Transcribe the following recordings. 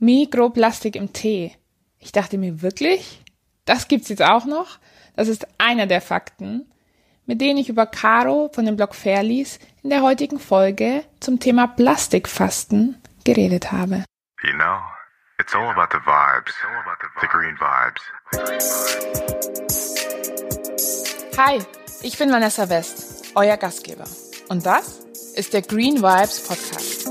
Mikroplastik im Tee. Ich dachte mir, wirklich? Das gibt's jetzt auch noch? Das ist einer der Fakten, mit denen ich über Caro von dem Blog Fairlies in der heutigen Folge zum Thema Plastikfasten geredet habe. You know, it's all about the vibes, the green vibes. Hi, ich bin Vanessa West, euer Gastgeber. Und das ist der Green Vibes Podcast.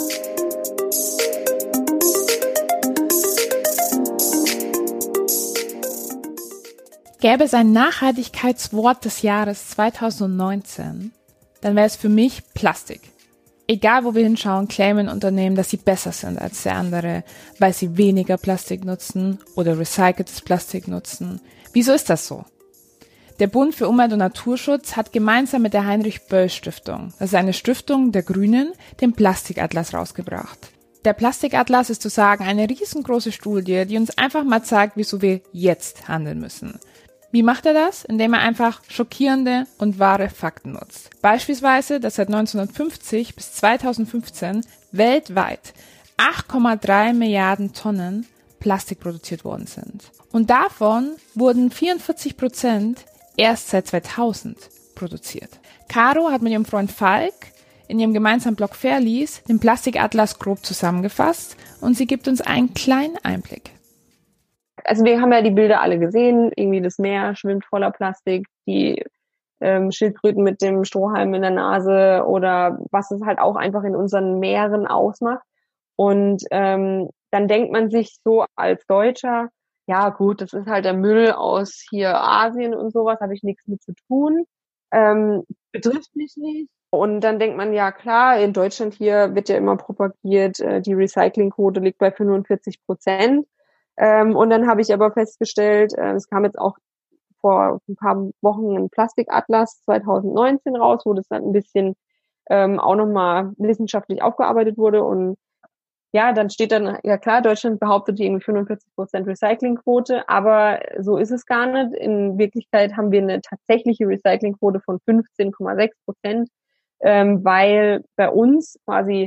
Gäbe es ein Nachhaltigkeitswort des Jahres 2019, dann wäre es für mich Plastik. Egal wo wir hinschauen, claimen Unternehmen, dass sie besser sind als der andere, weil sie weniger Plastik nutzen oder recyceltes Plastik nutzen. Wieso ist das so? Der Bund für Umwelt und Naturschutz hat gemeinsam mit der Heinrich-Böll-Stiftung, das ist eine Stiftung der Grünen, den Plastikatlas rausgebracht. Der Plastikatlas ist sozusagen eine riesengroße Studie, die uns einfach mal zeigt, wieso wir jetzt handeln müssen. Wie macht er das? Indem er einfach schockierende und wahre Fakten nutzt. Beispielsweise, dass seit 1950 bis 2015 weltweit 8,3 Milliarden Tonnen Plastik produziert worden sind. Und davon wurden 44% erst seit 2000 produziert. Caro hat mit ihrem Freund Falk in ihrem gemeinsamen Blog Fairlies den Plastikatlas grob zusammengefasst und sie gibt uns einen kleinen Einblick. Also wir haben ja die Bilder alle gesehen, irgendwie das Meer schwimmt voller Plastik, die Schildkröten mit dem Strohhalm in der Nase oder was es halt auch einfach in unseren Meeren ausmacht. Und dann denkt man sich so als Deutscher, ja gut, das ist halt der Müll aus hier Asien und sowas, habe ich nichts mit zu tun, betrifft mich nicht. Und dann denkt man, ja klar, in Deutschland hier wird ja immer propagiert, die Recyclingquote liegt bei 45%. Und dann habe ich aber festgestellt, es kam jetzt auch vor ein paar Wochen ein Plastikatlas 2019 raus, wo das dann ein bisschen auch nochmal wissenschaftlich aufgearbeitet wurde. Und ja, dann steht dann, ja klar, Deutschland behauptet irgendwie 45% Recyclingquote, aber so ist es gar nicht. In Wirklichkeit haben wir eine tatsächliche Recyclingquote von 15,6%, weil bei uns quasi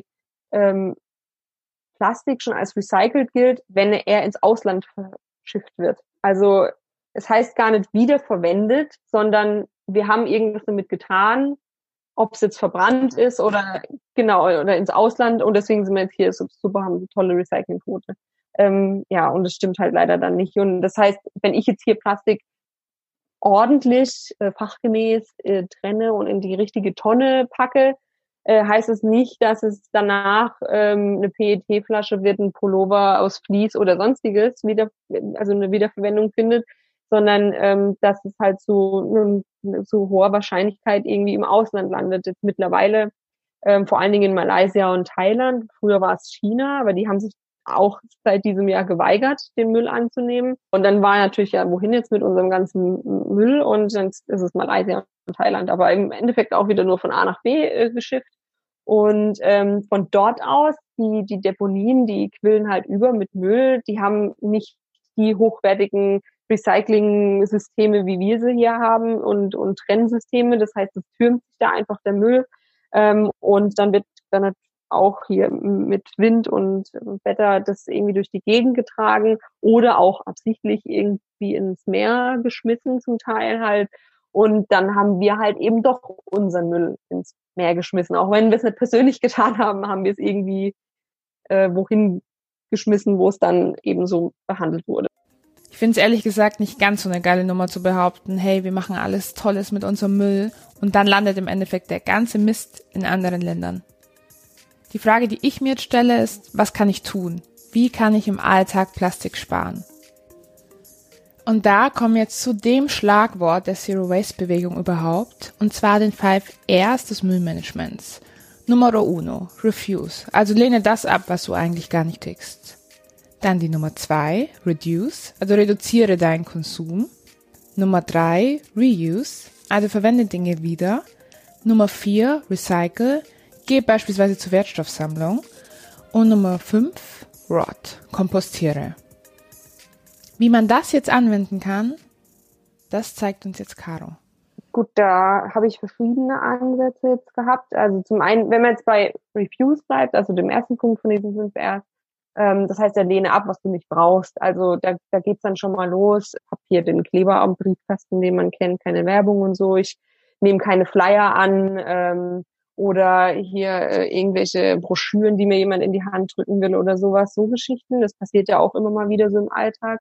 Plastik schon als recycelt gilt, wenn er ins Ausland verschifft wird. Also es heißt gar nicht wiederverwendet, sondern wir haben irgendwas damit getan, ob es jetzt verbrannt ist oder oder ins Ausland, und deswegen sind wir jetzt hier so super, haben eine tolle Recyclingquote. Ja, und das stimmt halt leider dann nicht. Und das heißt, wenn ich jetzt hier Plastik ordentlich, fachgemäß trenne und in die richtige Tonne packe, heißt es nicht, dass es danach eine PET-Flasche wird, ein Pullover aus Vlies oder sonstiges also eine Wiederverwendung findet, sondern dass es halt so hoher Wahrscheinlichkeit irgendwie im Ausland landet. Jetzt mittlerweile vor allen Dingen in Malaysia und Thailand. Früher war es China, aber die haben sich auch seit diesem Jahr geweigert, den Müll anzunehmen. Und dann war natürlich ja, wohin jetzt mit unserem ganzen Müll? Und dann ist es Malaysia und Thailand, aber im Endeffekt auch wieder nur von A nach B geschifft. Und von dort aus, die Deponien, die quillen halt über mit Müll, die haben nicht die hochwertigen Recycling-Systeme, wie wir sie hier haben, und Trennsysteme. Das heißt, es türmt sich da einfach der Müll. Und dann wird dann auch hier mit Wind und Wetter das irgendwie durch die Gegend getragen oder auch absichtlich irgendwie ins Meer geschmissen zum Teil halt. Und dann haben wir halt eben doch unseren Müll ins Meer geschmissen. Auch wenn wir es nicht persönlich getan haben, haben wir es irgendwie wohin geschmissen, wo es dann eben so behandelt wurde. Ich finde es ehrlich gesagt nicht ganz so eine geile Nummer zu behaupten, hey, wir machen alles Tolles mit unserem Müll und dann landet im Endeffekt der ganze Mist in anderen Ländern. Die Frage, die ich mir jetzt stelle, ist, was kann ich tun? Wie kann ich im Alltag Plastik sparen? Und da kommen wir jetzt zu dem Schlagwort der Zero-Waste-Bewegung überhaupt, und zwar den 5 Rs des Müllmanagements. Numero uno, Refuse, also lehne das ab, was du eigentlich gar nicht tickst. Dann die Nummer 2, Reduce, also reduziere deinen Konsum. Nummer 3, Reuse, also verwende Dinge wieder. Nummer 4, Recycle, geh beispielsweise zur Wertstoffsammlung. Und Nummer 5, Rot, kompostiere. Wie man das jetzt anwenden kann, das zeigt uns jetzt Caro. Gut, da habe ich verschiedene Ansätze jetzt gehabt. Also zum einen, wenn man jetzt bei Refuse bleibt, also dem ersten Punkt von diesen 5 Rs, Das heißt, lehne ab, was du nicht brauchst. Also da geht's dann schon mal los. Ich habe hier den Kleber am Briefkasten, den man kennt, keine Werbung und so. Ich nehme keine Flyer an oder hier irgendwelche Broschüren, die mir jemand in die Hand drücken will oder sowas. So Geschichten, das passiert ja auch immer mal wieder so im Alltag.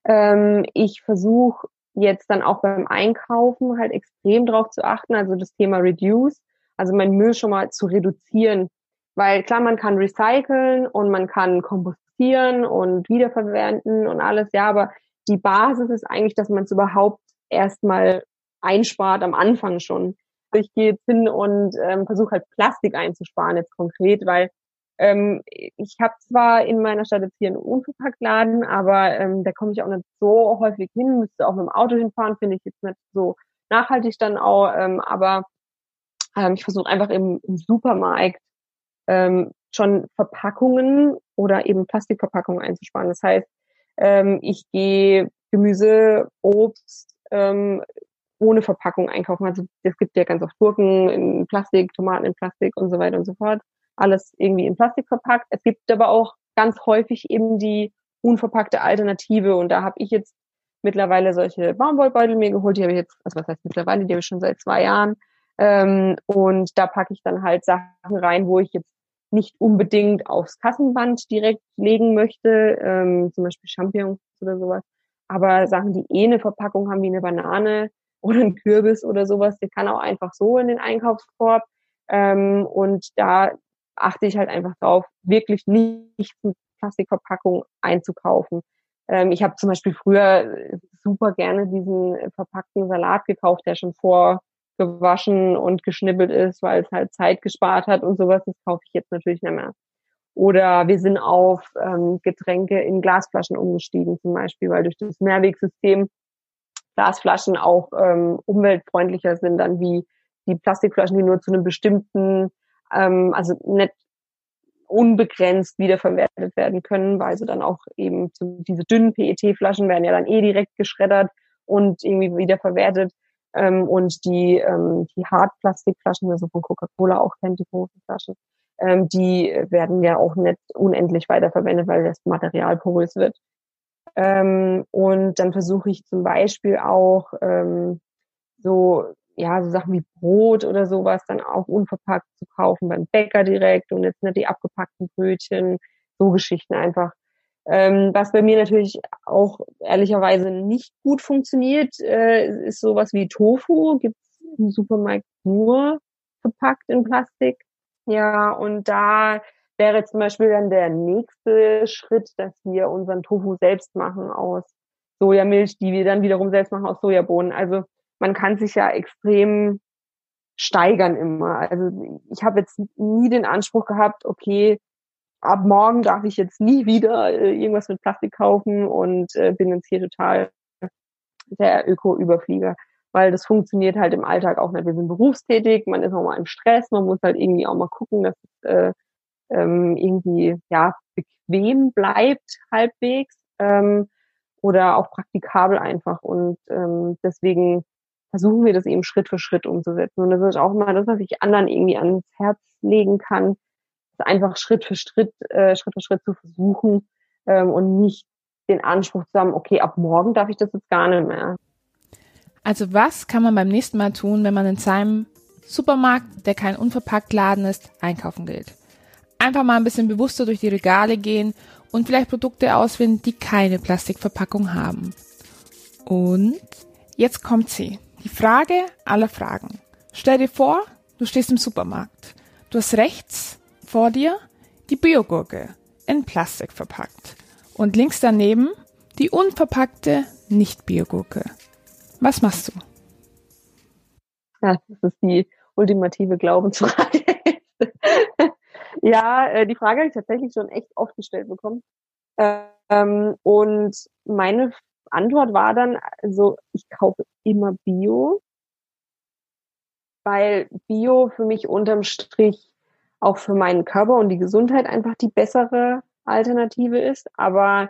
Ich versuche jetzt dann auch beim Einkaufen halt extrem drauf zu achten, also das Thema Reduce, also mein Müll schon mal zu reduzieren. Weil klar, man kann recyceln und man kann kompostieren und wiederverwenden und alles, ja, aber die Basis ist eigentlich, dass man es überhaupt erstmal einspart am Anfang schon. Ich gehe jetzt hin und versuche halt Plastik einzusparen jetzt konkret, weil ich habe zwar in meiner Stadt jetzt hier einen Unverpacktladen, aber da komme ich auch nicht so häufig hin, müsste auch mit dem Auto hinfahren, finde ich jetzt nicht so nachhaltig dann auch, aber ich versuche einfach im Supermarkt schon Verpackungen oder eben Plastikverpackungen einzusparen. Das heißt, ich gehe Gemüse, Obst ohne Verpackung einkaufen. Also es gibt ja ganz oft Gurken in Plastik, Tomaten in Plastik und so weiter und so fort. Alles irgendwie in Plastik verpackt. Es gibt aber auch ganz häufig eben die unverpackte Alternative. Und da habe ich jetzt mittlerweile solche Baumwollbeutel mir geholt. Die habe ich jetzt, also was heißt mittlerweile, die habe ich schon seit 2 Jahren. Und da packe ich dann halt Sachen rein, wo ich jetzt nicht unbedingt aufs Kassenband direkt legen möchte, zum Beispiel Champignons oder sowas. Aber Sachen, die eine Verpackung haben, wie eine Banane oder ein Kürbis oder sowas, die kann auch einfach so in den Einkaufskorb. Und da achte ich halt einfach drauf, wirklich nicht mit Plastikverpackung einzukaufen. Ich habe zum Beispiel früher super gerne diesen verpackten Salat gekauft, der schon vorgewaschen und geschnippelt ist, weil es halt Zeit gespart hat und sowas. Das kaufe ich jetzt natürlich nicht mehr. Oder wir sind auf Getränke in Glasflaschen umgestiegen zum Beispiel, weil durch das Mehrwegsystem Glasflaschen auch umweltfreundlicher sind dann wie die Plastikflaschen, die nur zu einem bestimmten, also nicht unbegrenzt wiederverwertet werden können, weil sie dann auch eben diese dünnen PET-Flaschen werden ja dann direkt geschreddert und irgendwie wiederverwertet. Und die Hartplastikflaschen, also von Coca-Cola auch kennt, die großen Flaschen, die werden ja auch nicht unendlich weiterverwendet, weil das Material porös wird. Und dann versuche ich zum Beispiel auch so Sachen wie Brot oder sowas dann auch unverpackt zu kaufen beim Bäcker direkt und jetzt nicht die abgepackten Brötchen, so Geschichten einfach. Was bei mir natürlich auch ehrlicherweise nicht gut funktioniert, ist sowas wie Tofu, gibt's im Supermarkt nur verpackt in Plastik. Ja, und da wäre zum Beispiel dann der nächste Schritt, dass wir unseren Tofu selbst machen aus Sojamilch, die wir dann wiederum selbst machen aus Sojabohnen. Also man kann sich ja extrem steigern immer. Also ich habe jetzt nie den Anspruch gehabt, okay, ab morgen darf ich jetzt nie wieder irgendwas mit Plastik kaufen und bin jetzt hier total der Öko-Überflieger, weil das funktioniert halt im Alltag auch nicht. Wir sind berufstätig, man ist auch mal im Stress, man muss halt irgendwie auch mal gucken, dass es irgendwie bequem bleibt halbwegs oder auch praktikabel einfach und deswegen versuchen wir das eben Schritt für Schritt umzusetzen und das ist auch immer das, was ich anderen irgendwie ans Herz legen kann, ist einfach Schritt für Schritt zu versuchen und nicht den Anspruch zu haben, okay, ab morgen darf ich das jetzt gar nicht mehr. Also was kann man beim nächsten Mal tun, wenn man in seinem Supermarkt, der kein Unverpacktladen ist, einkaufen geht? Einfach mal ein bisschen bewusster durch die Regale gehen und vielleicht Produkte auswählen, die keine Plastikverpackung haben. Und jetzt kommt sie. Die Frage aller Fragen. Stell dir vor, du stehst im Supermarkt. Du hast rechts vor dir die Biogurke in Plastik verpackt und links daneben die unverpackte Nicht-Biogurke. Was machst du? Ja, das ist die ultimative Glaubensfrage. Ja, die Frage habe ich tatsächlich schon echt oft gestellt bekommen. Und meine Antwort war dann, also ich kaufe immer Bio, weil Bio für mich unterm Strich auch für meinen Körper und die Gesundheit einfach die bessere Alternative ist. Aber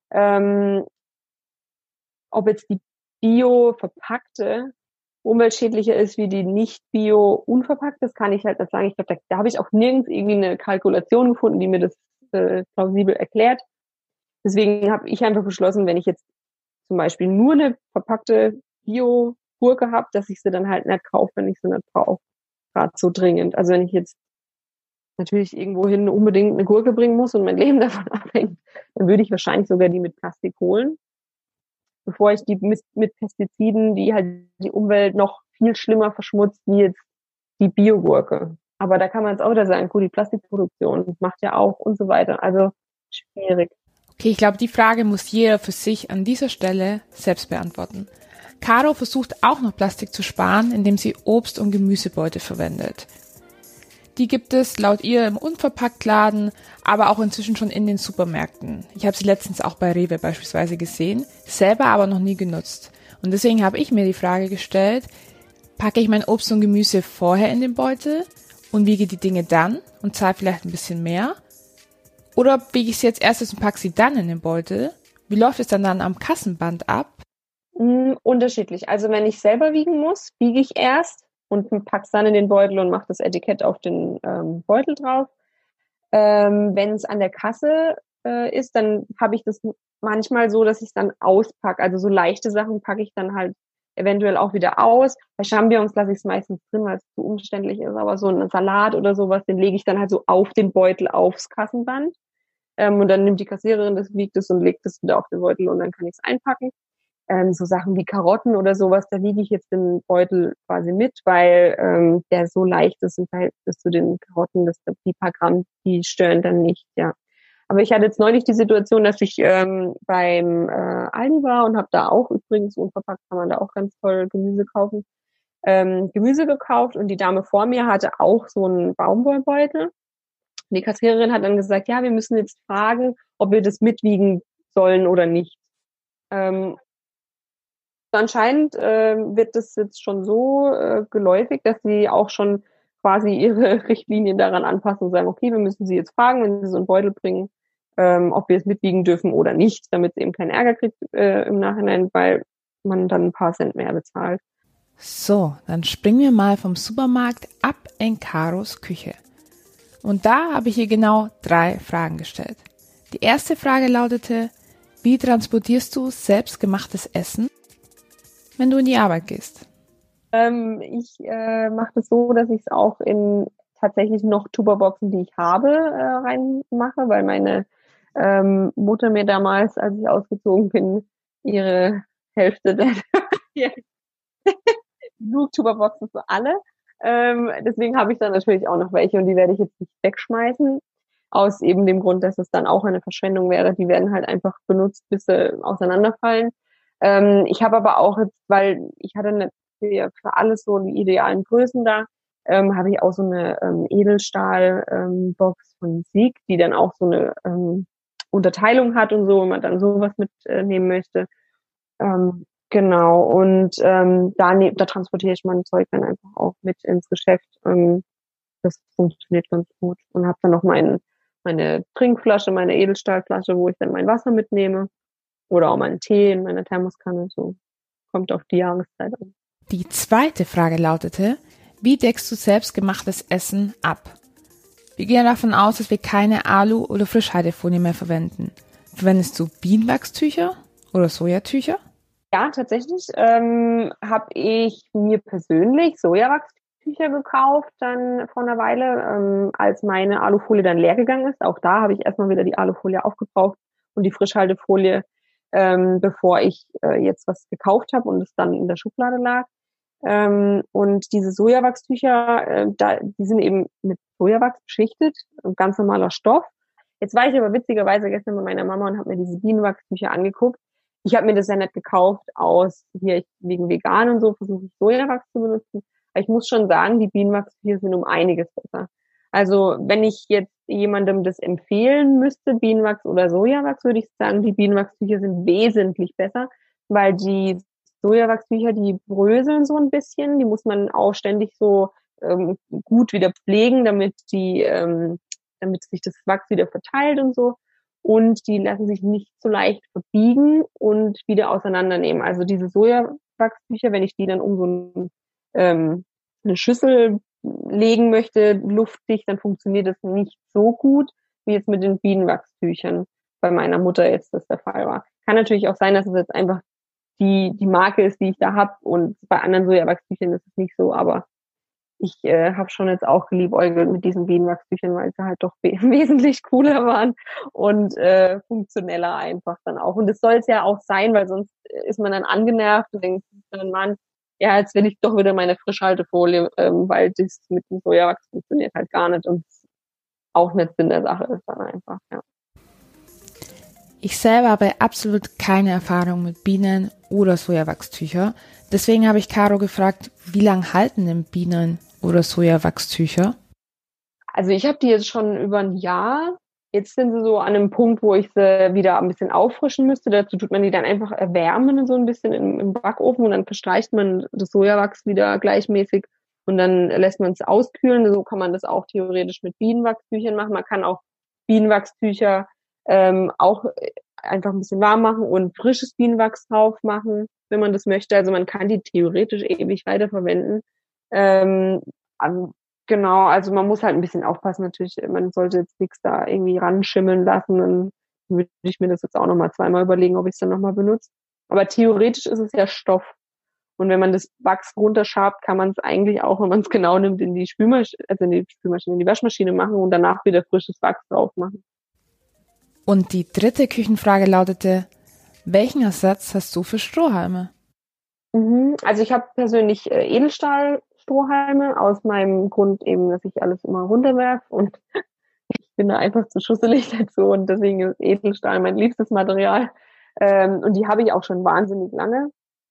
ob jetzt die Bio verpackte umweltschädlicher ist wie die nicht Bio unverpackt, das kann ich halt nicht sagen. Ich glaube, da habe ich auch nirgends irgendwie eine Kalkulation gefunden, die mir das plausibel erklärt. Deswegen habe ich einfach beschlossen, wenn ich jetzt zum Beispiel nur eine verpackte Bio-Gurke habe, dass ich sie dann halt nicht kaufe, wenn ich sie nicht brauche. Gerade so dringend. Also wenn ich jetzt natürlich irgendwohin unbedingt eine Gurke bringen muss und mein Leben davon abhängt, dann würde ich wahrscheinlich sogar die mit Plastik holen, bevor ich die mit Pestiziden, die halt die Umwelt noch viel schlimmer verschmutzt, wie jetzt die Biogurke. Aber da kann man jetzt auch wieder sagen, gut, die Plastikproduktion macht ja auch und so weiter. Also schwierig. Okay, ich glaube, die Frage muss jeder für sich an dieser Stelle selbst beantworten. Caro versucht auch noch Plastik zu sparen, indem sie Obst- und Gemüsebeute verwendet. Die gibt es laut ihr im Unverpacktladen, aber auch inzwischen schon in den Supermärkten. Ich habe sie letztens auch bei Rewe beispielsweise gesehen, selber aber noch nie genutzt. Und deswegen habe ich mir die Frage gestellt, packe ich mein Obst und Gemüse vorher in den Beutel und wiege die Dinge dann und zahle vielleicht ein bisschen mehr? Oder wiege ich sie jetzt erstes und packe sie dann in den Beutel? Wie läuft es dann am Kassenband ab? Unterschiedlich. Also wenn ich selber wiegen muss, wiege ich erst und pack's dann in den Beutel und mache das Etikett auf den Beutel drauf. Wenn es an der Kasse ist, dann habe ich das manchmal so, dass ich es dann auspacke. Also so leichte Sachen packe ich dann halt eventuell auch wieder aus. Bei Champignons lasse ich es meistens drin, weil es zu umständlich ist. Aber so ein Salat oder sowas, den lege ich dann halt so auf den Beutel aufs Kassenband. Und dann nimmt die Kassiererin das, wiegt es und legt es wieder auf den Beutel und dann kann ich es einpacken. So Sachen wie Karotten oder sowas, da wiege ich jetzt den Beutel quasi mit, weil der so leicht ist im Verhältnis zu den Karotten, dass die paar Gramm, die stören dann nicht, ja. Aber ich hatte jetzt neulich die Situation, dass ich beim Aldi war und habe da auch übrigens unverpackt, kann man da auch ganz toll Gemüse kaufen, Gemüse gekauft und die Dame vor mir hatte auch so einen Baumwollbeutel. Die Kassiererin hat dann gesagt, ja, wir müssen jetzt fragen, ob wir das mitwiegen sollen oder nicht. Anscheinend wird das jetzt schon so geläufig, dass sie auch schon quasi ihre Richtlinien daran anpassen und sagen, okay, wir müssen sie jetzt fragen, wenn sie so einen Beutel bringen, ob wir es mitwiegen dürfen oder nicht, damit sie eben keinen Ärger kriegt im Nachhinein, weil man dann ein paar Cent mehr bezahlt. So, dann springen wir mal vom Supermarkt ab in Caros Küche. Und da habe ich ihr genau 3 Fragen gestellt. Die erste Frage lautete, wie transportierst du selbstgemachtes Essen, wenn du in die Arbeit gehst? Ich mache das so, dass ich es auch in tatsächlich noch Tupperboxen, die ich habe, reinmache, weil meine Mutter mir damals, als ich ausgezogen bin, ihre Hälfte der Tupperboxen für alle. Deswegen habe ich dann natürlich auch noch welche und die werde ich jetzt nicht wegschmeißen. Aus eben dem Grund, dass es dann auch eine Verschwendung wäre. Die werden halt einfach benutzt, bis sie auseinanderfallen. Ich habe aber auch jetzt, weil ich hatte nicht für alles so die idealen Größen da, habe ich auch so eine Edelstahl-Box von Sieg, die dann auch so eine Unterteilung hat und so, wenn man dann sowas mitnehmen möchte. Genau, und da transportiere ich mein Zeug dann einfach auch mit ins Geschäft. Das funktioniert ganz gut. Und habe dann noch meine Trinkflasche, meine Edelstahlflasche, wo ich dann mein Wasser mitnehme. Oder auch meinen Tee in meiner Thermoskanne. So kommt auf die Jahreszeit an. Die zweite Frage lautete, wie deckst du selbstgemachtes Essen ab? Wir gehen davon aus, dass wir keine Alu- oder Frischhaltefolie mehr verwenden. Verwendest du Bienenwachstücher oder Sojatücher? Ja, tatsächlich habe ich mir persönlich Sojawachstücher gekauft dann vor einer Weile, als meine Alufolie dann leer gegangen ist. Auch da habe ich erstmal wieder die Alufolie aufgebraucht und die Frischhaltefolie, bevor ich jetzt was gekauft habe und es dann in der Schublade lag. Und diese Sojawachstücher, die sind eben mit Sojawachs beschichtet, ein ganz normaler Stoff. Jetzt war ich aber witzigerweise gestern bei meiner Mama und habe mir diese Bienenwachstücher angeguckt. Ich habe mir das ja nicht gekauft wegen vegan und so, versuche ich Sojawachs zu benutzen. Aber ich muss schon sagen, die Bienenwachstücher sind um einiges besser. Also wenn ich jetzt jemandem das empfehlen müsste, Bienenwachs oder Sojawachs, würde ich sagen, die Bienenwachstücher sind wesentlich besser, weil die Sojawachstücher, die bröseln so ein bisschen, die muss man auch ständig so gut wieder pflegen, damit sich das Wachs wieder verteilt und so. Und die lassen sich nicht so leicht verbiegen und wieder auseinandernehmen. Also diese Sojawachstücher, wenn ich die dann um so eine Schüssel legen möchte, luftdicht, dann funktioniert das nicht so gut. wie jetzt mit den Bienenwachstüchern bei meiner Mutter jetzt das der Fall war. Kann natürlich auch sein, dass es jetzt einfach die Marke ist, die ich da hab, und bei anderen Sojawachstüchern ist es nicht so, aber ich habe schon jetzt auch geliebäugelt mit diesen Bienenwachstüchern, weil sie halt doch wesentlich cooler waren und funktioneller einfach dann auch. Und das soll es ja auch sein, weil sonst ist man dann angenervt und denkt dann, Mann, ja, jetzt will ich doch wieder meine Frischhaltefolie, weil das mit dem Sojawachs funktioniert halt gar nicht und auch nicht Sinn der Sache ist dann einfach, ja. Ich selber habe absolut keine Erfahrung mit Bienen oder Sojawachstücher. Deswegen habe ich Caro gefragt, wie lange halten denn Bienen oder Sojawachstücher? Also ich habe die jetzt schon über ein Jahr. Jetzt sind sie so an einem Punkt, wo ich sie wieder ein bisschen auffrischen müsste. Dazu tut man die dann einfach erwärmen, so ein bisschen im Backofen, und dann verstreicht man das Sojawachs wieder gleichmäßig und dann lässt man es auskühlen. So kann man das auch theoretisch mit Bienenwachstüchern machen. Man kann auch Bienenwachstücher auch einfach ein bisschen warm machen und frisches Bienenwachs drauf machen, wenn man das möchte. Also man kann die theoretisch ewig weiterverwenden. Genau, also man muss halt ein bisschen aufpassen natürlich. Man sollte jetzt nichts da irgendwie ranschimmeln lassen. Dann würde ich mir das jetzt auch nochmal zweimal überlegen, ob ich es dann nochmal benutze. Aber theoretisch ist es ja Stoff. Und wenn man das Wachs runterschabt, kann man es eigentlich auch, wenn man es genau nimmt, in die in die Waschmaschine machen und danach wieder frisches Wachs drauf machen. Und die dritte Küchenfrage lautete, welchen Ersatz hast du für Strohhalme? Also ich habe persönlich Edelstahlstrohhalme aus meinem Grund eben, dass ich alles immer runterwerfe und ich bin da einfach zu schusselig dazu und deswegen ist Edelstahl mein liebstes Material. Und die habe ich auch schon wahnsinnig lange.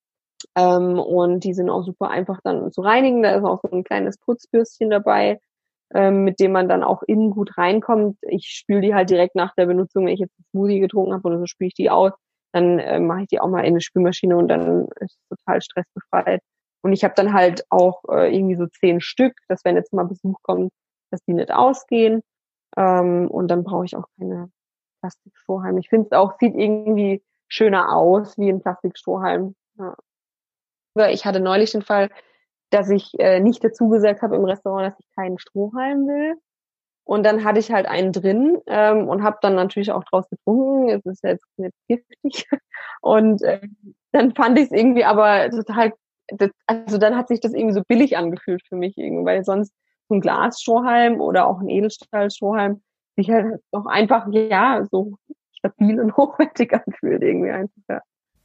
Und die sind auch super einfach dann zu reinigen. Da ist auch so ein kleines Putzbürstchen dabei, mit dem man dann auch innen gut reinkommt. Ich spüle die halt direkt nach der Benutzung, wenn ich jetzt einen Smoothie getrunken habe oder so, spüle ich die aus. Dann mache ich die auch mal in eine Spülmaschine und dann ist es total stressbefreit. Und ich habe dann halt auch irgendwie so 10 Stück, dass wenn jetzt mal Besuch kommt, dass die nicht ausgehen. Und dann brauche ich auch keine Plastikstrohhalme. Ich finde es auch, sieht irgendwie schöner aus wie ein Plastikstrohhalm. Ja. Ich hatte neulich den Fall, dass ich nicht dazu gesagt habe im Restaurant, dass ich keinen Strohhalm will. Und dann hatte ich halt einen drin und habe dann natürlich auch draus getrunken. Es ist ja jetzt nicht giftig. Und dann fand ich es irgendwie aber total, also dann hat sich das irgendwie so billig angefühlt für mich irgendwie, weil sonst so ein Glasstrohhalm oder auch ein Edelstahlstrohhalm sich halt doch einfach, ja, so stabil und hochwertig anfühlt irgendwie einfach, ja.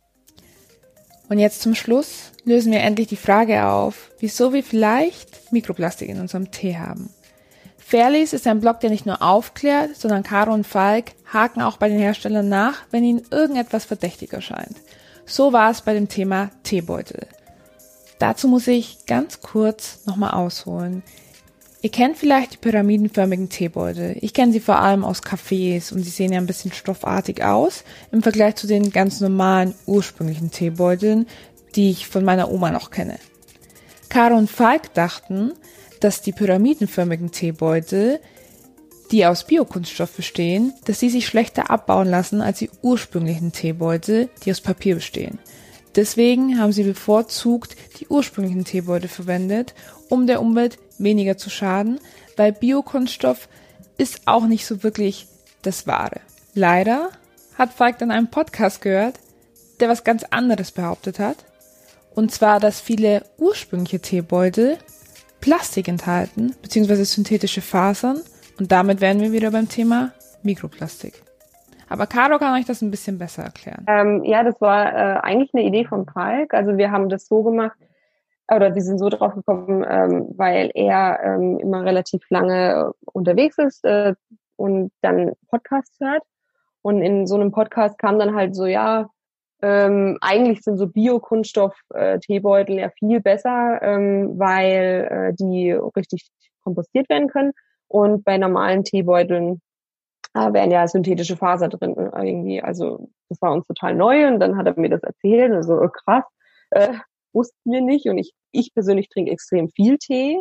Und jetzt zum Schluss lösen wir endlich die Frage auf, wieso wir vielleicht Mikroplastik in unserem Tee haben. Fairlies ist ein Blog, der nicht nur aufklärt, sondern Caro und Falk haken auch bei den Herstellern nach, wenn ihnen irgendetwas verdächtig erscheint. So war es bei dem Thema Teebeutel. Dazu muss ich ganz kurz nochmal ausholen. Ihr kennt vielleicht die pyramidenförmigen Teebeutel. Ich kenne sie vor allem aus Cafés und sie sehen ja ein bisschen stoffartig aus im Vergleich zu den ganz normalen ursprünglichen Teebeuteln, die ich von meiner Oma noch kenne. Caro und Falk dachten, dass die pyramidenförmigen Teebeutel, die aus Biokunststoff bestehen, dass die sich schlechter abbauen lassen als die ursprünglichen Teebeutel, die aus Papier bestehen. Deswegen haben sie bevorzugt die ursprünglichen Teebeutel verwendet, um der Umwelt weniger zu schaden, weil Biokunststoff ist auch nicht so wirklich das Wahre. Leider hat Falk dann einen Podcast gehört, der was ganz anderes behauptet hat. Und zwar, dass viele ursprüngliche Teebeutel Plastik enthalten, beziehungsweise synthetische Fasern. Und damit wären wir wieder beim Thema Mikroplastik. Aber Caro kann euch das ein bisschen besser erklären. Ja, das war eigentlich eine Idee von Falk. Also wir haben das so gemacht, oder wir sind so drauf gekommen, weil er immer relativ lange unterwegs ist und dann Podcasts hört. Und in so einem Podcast kam dann halt so, ja, eigentlich sind so Biokunststoff-Teebeutel ja viel besser, weil die richtig kompostiert werden können. Und bei normalen Teebeuteln wären ja synthetische Faser drin irgendwie. Also das war uns total neu und dann hat er mir das erzählt und so, krass, wussten wir nicht. Und ich persönlich trinke extrem viel Tee.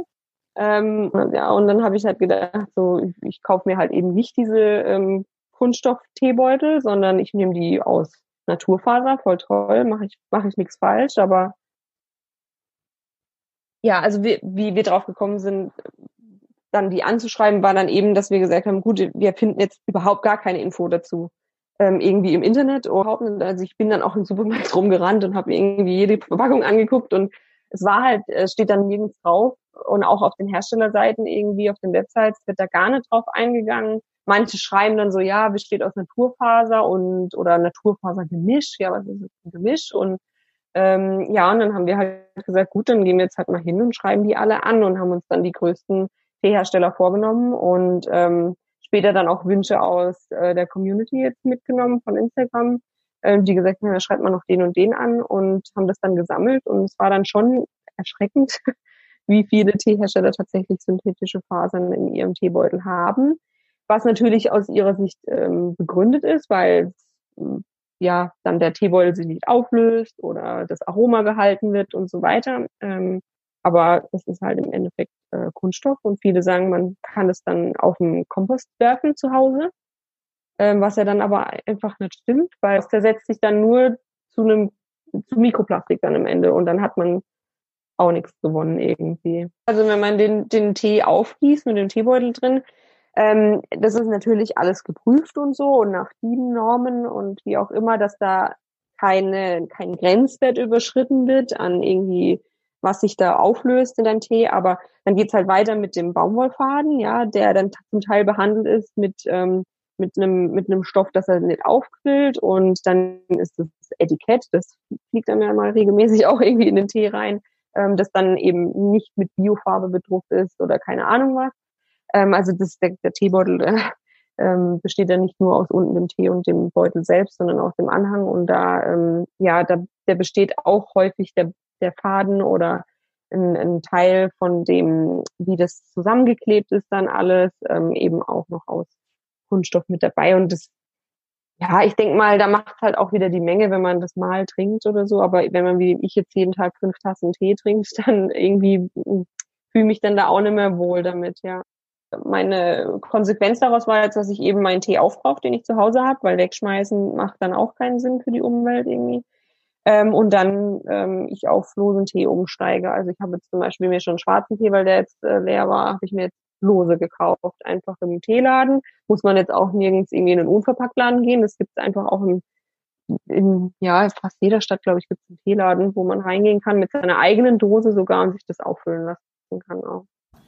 Ja, und dann habe ich halt gedacht, so ich kaufe mir halt eben nicht diese Kunststoff-Teebeutel, sondern ich nehme die aus Naturfaser, voll toll, mache ich nichts falsch, aber ja, also wie wir drauf gekommen sind, dann die anzuschreiben, war dann eben, dass wir gesagt haben, gut, wir finden jetzt überhaupt gar keine Info dazu. Irgendwie im Internet überhaupt nicht. Also ich bin dann auch im Supermarkt rumgerannt und habe mir irgendwie jede Verpackung angeguckt und es war halt, steht dann nirgends drauf und auch auf den Herstellerseiten irgendwie, auf den Websites wird da gar nicht drauf eingegangen. Manche schreiben dann so, ja, besteht aus Naturfaser oder Naturfasergemisch. Ja, was ist ein Gemisch? Und ja, und dann haben wir halt gesagt, gut, dann gehen wir jetzt halt mal hin und schreiben die alle an und haben uns dann die größten Teehersteller vorgenommen und später dann auch Wünsche aus der Community jetzt mitgenommen von Instagram, die gesagt haben, ja, schreibt mal noch den und den an und haben das dann gesammelt und es war dann schon erschreckend, wie viele Teehersteller tatsächlich synthetische Fasern in ihrem Teebeutel haben, was natürlich aus ihrer Sicht begründet ist, weil ja dann der Teebeutel sich nicht auflöst oder das Aroma gehalten wird und so weiter. Aber es ist halt im Endeffekt Kunststoff und viele sagen, man kann es dann auf den Kompost werfen zu Hause, was ja dann aber einfach nicht stimmt, weil es zersetzt sich dann nur zu Mikroplastik dann am Ende und dann hat man auch nichts gewonnen irgendwie. Also wenn man den Tee aufgießt mit dem Teebeutel drin, das ist natürlich alles geprüft und so und nach DIN-Normen und wie auch immer, dass da kein Grenzwert überschritten wird an irgendwie, was sich da auflöst in deinem Tee, aber dann geht's halt weiter mit dem Baumwollfaden, ja, der dann zum Teil behandelt ist mit einem Stoff, dass er nicht aufquillt und dann ist das Etikett, das fliegt dann ja mal regelmäßig auch irgendwie in den Tee rein, das dann eben nicht mit Biofarbe bedruckt ist oder keine Ahnung was. Also der Teebeutel besteht ja nicht nur aus unten dem Tee und dem Beutel selbst, sondern auch dem Anhang und der besteht auch häufig der Faden oder ein Teil von dem, wie das zusammengeklebt ist, dann alles eben auch noch aus Kunststoff mit dabei und das, ja, ich denke mal, da macht halt auch wieder die Menge, wenn man das mal trinkt oder so, aber wenn man wie ich jetzt jeden Tag 5 Tassen Tee trinkt, dann irgendwie fühle mich dann da auch nicht mehr wohl damit, ja. Meine Konsequenz daraus war jetzt, dass ich eben meinen Tee aufbrauche, den ich zu Hause habe, weil wegschmeißen macht dann auch keinen Sinn für die Umwelt irgendwie. Und dann ich auf losen Tee umsteige. Also ich habe jetzt zum Beispiel mir schon schwarzen Tee, weil der jetzt leer war, habe ich mir jetzt lose gekauft, einfach im Teeladen. Muss man jetzt auch nirgends irgendwie in einen Unverpacktladen gehen. Das gibt es einfach auch in fast jeder Stadt, glaube ich, gibt es einen Teeladen, wo man reingehen kann mit seiner eigenen Dose sogar und sich das auffüllen lassen kann auch.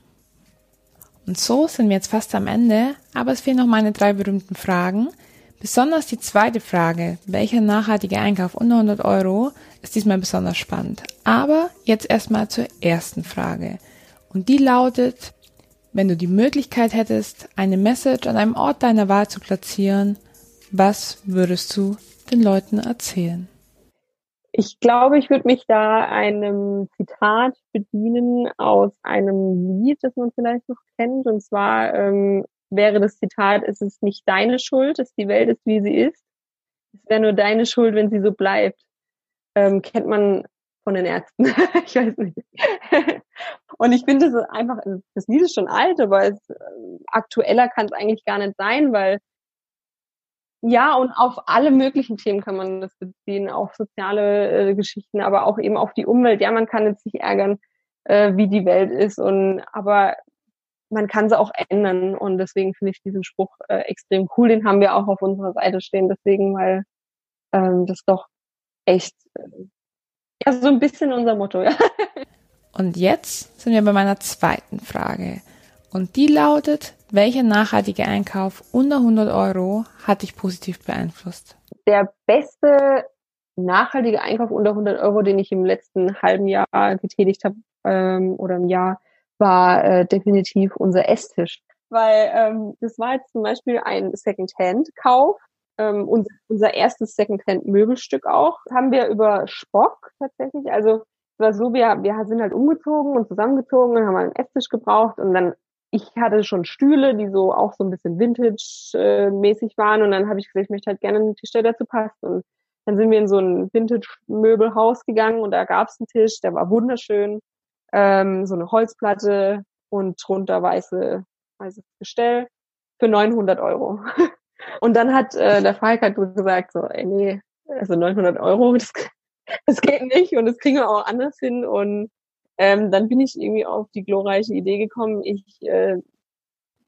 Und so sind wir jetzt fast am Ende, aber es fehlen noch meine 3 berühmten Fragen. Besonders die zweite Frage, welcher nachhaltige Einkauf unter 100 Euro, ist diesmal besonders spannend. Aber jetzt erstmal zur ersten Frage. Und die lautet, wenn du die Möglichkeit hättest, eine Message an einem Ort deiner Wahl zu platzieren, was würdest du den Leuten erzählen? Ich glaube, ich würde mich da einem Zitat bedienen aus einem Lied, das man vielleicht noch kennt. Und zwar wäre das Zitat, es ist nicht deine Schuld, dass die Welt ist, wie sie ist. Es wäre nur deine Schuld, wenn sie so bleibt. Kennt man von den Ärzten. Ich weiß nicht. Und ich finde, das Lied ist schon alt, aber aktueller kann es eigentlich gar nicht sein, weil ja, und auf alle möglichen Themen kann man das beziehen, auf soziale Geschichten, aber auch eben auf die Umwelt. Ja, man kann jetzt sich ärgern, wie die Welt ist, aber man kann sie auch ändern. Und deswegen finde ich diesen Spruch extrem cool. Den haben wir auch auf unserer Seite stehen, deswegen, weil das doch echt so ein bisschen unser Motto, ja. Und jetzt sind wir bei meiner zweiten Frage. Und die lautet, welcher nachhaltige Einkauf unter 100 Euro hat dich positiv beeinflusst? Der beste nachhaltige Einkauf unter 100 Euro, den ich im letzten halben Jahr getätigt habe oder im Jahr, war definitiv unser Esstisch. Weil das war jetzt zum Beispiel ein Secondhand-Kauf. Unser erstes Secondhand-Möbelstück auch. Das haben wir über Spock tatsächlich. Also es war so, wir sind halt umgezogen und zusammengezogen und haben einen Esstisch gebraucht und dann ich hatte schon Stühle, die so auch so ein bisschen Vintage-mäßig waren und dann habe ich gesagt, ich möchte halt gerne einen Tisch, der dazu passt und dann sind wir in so ein Vintage-Möbelhaus gegangen und da gab es einen Tisch, der war wunderschön, so eine Holzplatte und drunter weißes Gestell für 900 Euro. Und dann hat der Falk halt gesagt, so, ey, nee, also 900 Euro, das geht nicht und das kriegen wir auch anders hin und dann bin ich irgendwie auf die glorreiche Idee gekommen, ich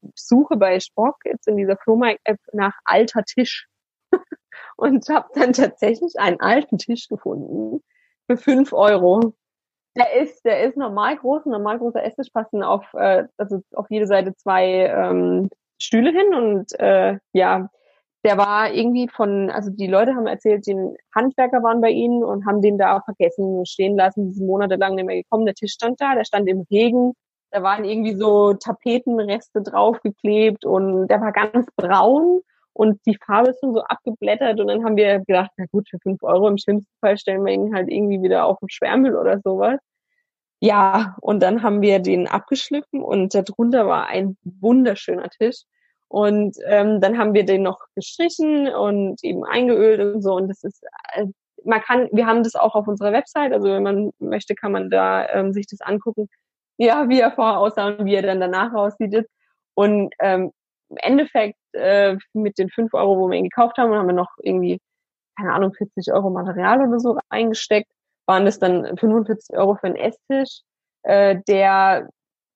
suche bei Spock jetzt in dieser Flohmarkt-App nach alter Tisch und habe dann tatsächlich einen alten Tisch gefunden für 5 Euro. Der ist normal groß, ein normal großer Esstisch, passen also auf jede Seite 2 Stühle hin und ja, der war irgendwie also die Leute haben erzählt, die Handwerker waren bei ihnen und haben den da vergessen stehen lassen, die sind monatelang nicht mehr gekommen. Der Tisch stand da, der stand im Regen, da waren irgendwie so Tapetenreste draufgeklebt und der war ganz braun und die Farbe ist schon so abgeblättert und dann haben wir gedacht, na gut, für 5 Euro im schlimmsten Fall stellen wir ihn halt irgendwie wieder auf den Sperrmüll oder sowas. Ja, und dann haben wir den abgeschliffen und darunter war ein wunderschöner Tisch. Und dann haben wir den noch gestrichen und eben eingeölt und so. Und das ist, wir haben das auch auf unserer Website, also wenn man möchte, kann man da sich das angucken, ja, wie er vorher aussah und wie er dann danach aussieht. Und im Endeffekt mit den 5 Euro, wo wir ihn gekauft haben, haben wir noch irgendwie, keine Ahnung, 40 Euro Material oder so eingesteckt, waren das dann 45 Euro für einen Esstisch, der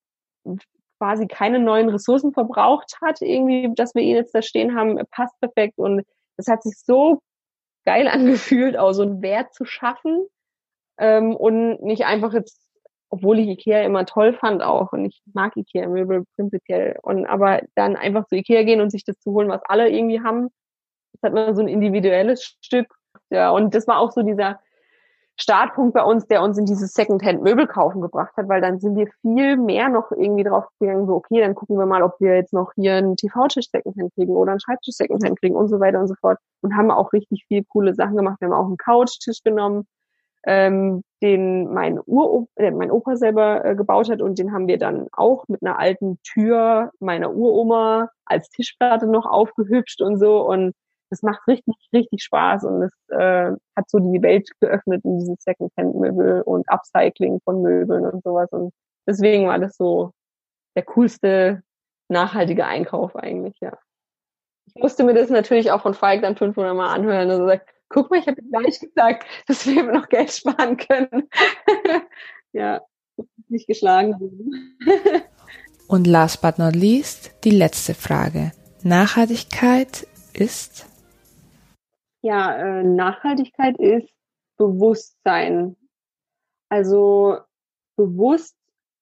quasi keine neuen Ressourcen verbraucht hat, irgendwie, dass wir ihn jetzt da stehen haben, passt perfekt und es hat sich so geil angefühlt, auch so einen Wert zu schaffen und nicht einfach jetzt, obwohl ich Ikea immer toll fand auch und ich mag Ikea-Möbel prinzipiell aber dann einfach zu Ikea gehen und sich das zu holen, was alle irgendwie haben, das hat man so ein individuelles Stück, ja, und das war auch so dieser Startpunkt bei uns, der uns in dieses Secondhand-Möbel kaufen gebracht hat, weil dann sind wir viel mehr noch irgendwie drauf gegangen, so okay, dann gucken wir mal, ob wir jetzt noch hier einen TV-Tisch Secondhand kriegen oder einen Schreibtisch Secondhand kriegen und so weiter und so fort und haben auch richtig viel coole Sachen gemacht. Wir haben auch einen Couchtisch genommen, den mein Opa selber gebaut hat und den haben wir dann auch mit einer alten Tür meiner Uroma als Tischplatte noch aufgehübscht und so und das macht richtig, richtig Spaß und es hat so die Welt geöffnet in dieses Secondhand-Möbel und Upcycling von Möbeln und sowas. Und deswegen war das so der coolste nachhaltige Einkauf eigentlich, ja. Ich musste mir das natürlich auch von Falk dann 500 Mal anhören und so sagt, guck mal, ich habe gleich gesagt, dass wir noch Geld sparen können. Ja, nicht geschlagen. Und last but not least, die letzte Frage. Nachhaltigkeit ist? Ja, Nachhaltigkeit ist Bewusstsein. Also bewusst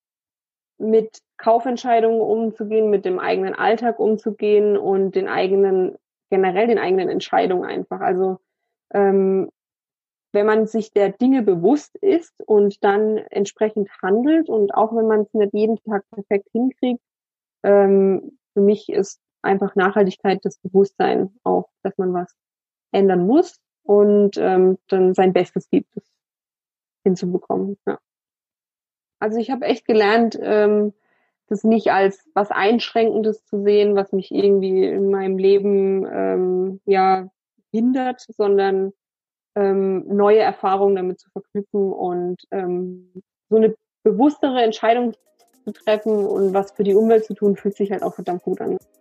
mit Kaufentscheidungen umzugehen, mit dem eigenen Alltag umzugehen und generell den eigenen Entscheidungen einfach. Also wenn man sich der Dinge bewusst ist und dann entsprechend handelt und auch wenn man es nicht jeden Tag perfekt hinkriegt, für mich ist einfach Nachhaltigkeit das Bewusstsein auch, dass man was ändern muss und dann sein Bestes gibt, das hinzubekommen. Ja. Also ich habe echt gelernt, das nicht als was Einschränkendes zu sehen, was mich irgendwie in meinem Leben hindert, sondern neue Erfahrungen damit zu verknüpfen und so eine bewusstere Entscheidung zu treffen und was für die Umwelt zu tun, fühlt sich halt auch verdammt gut an.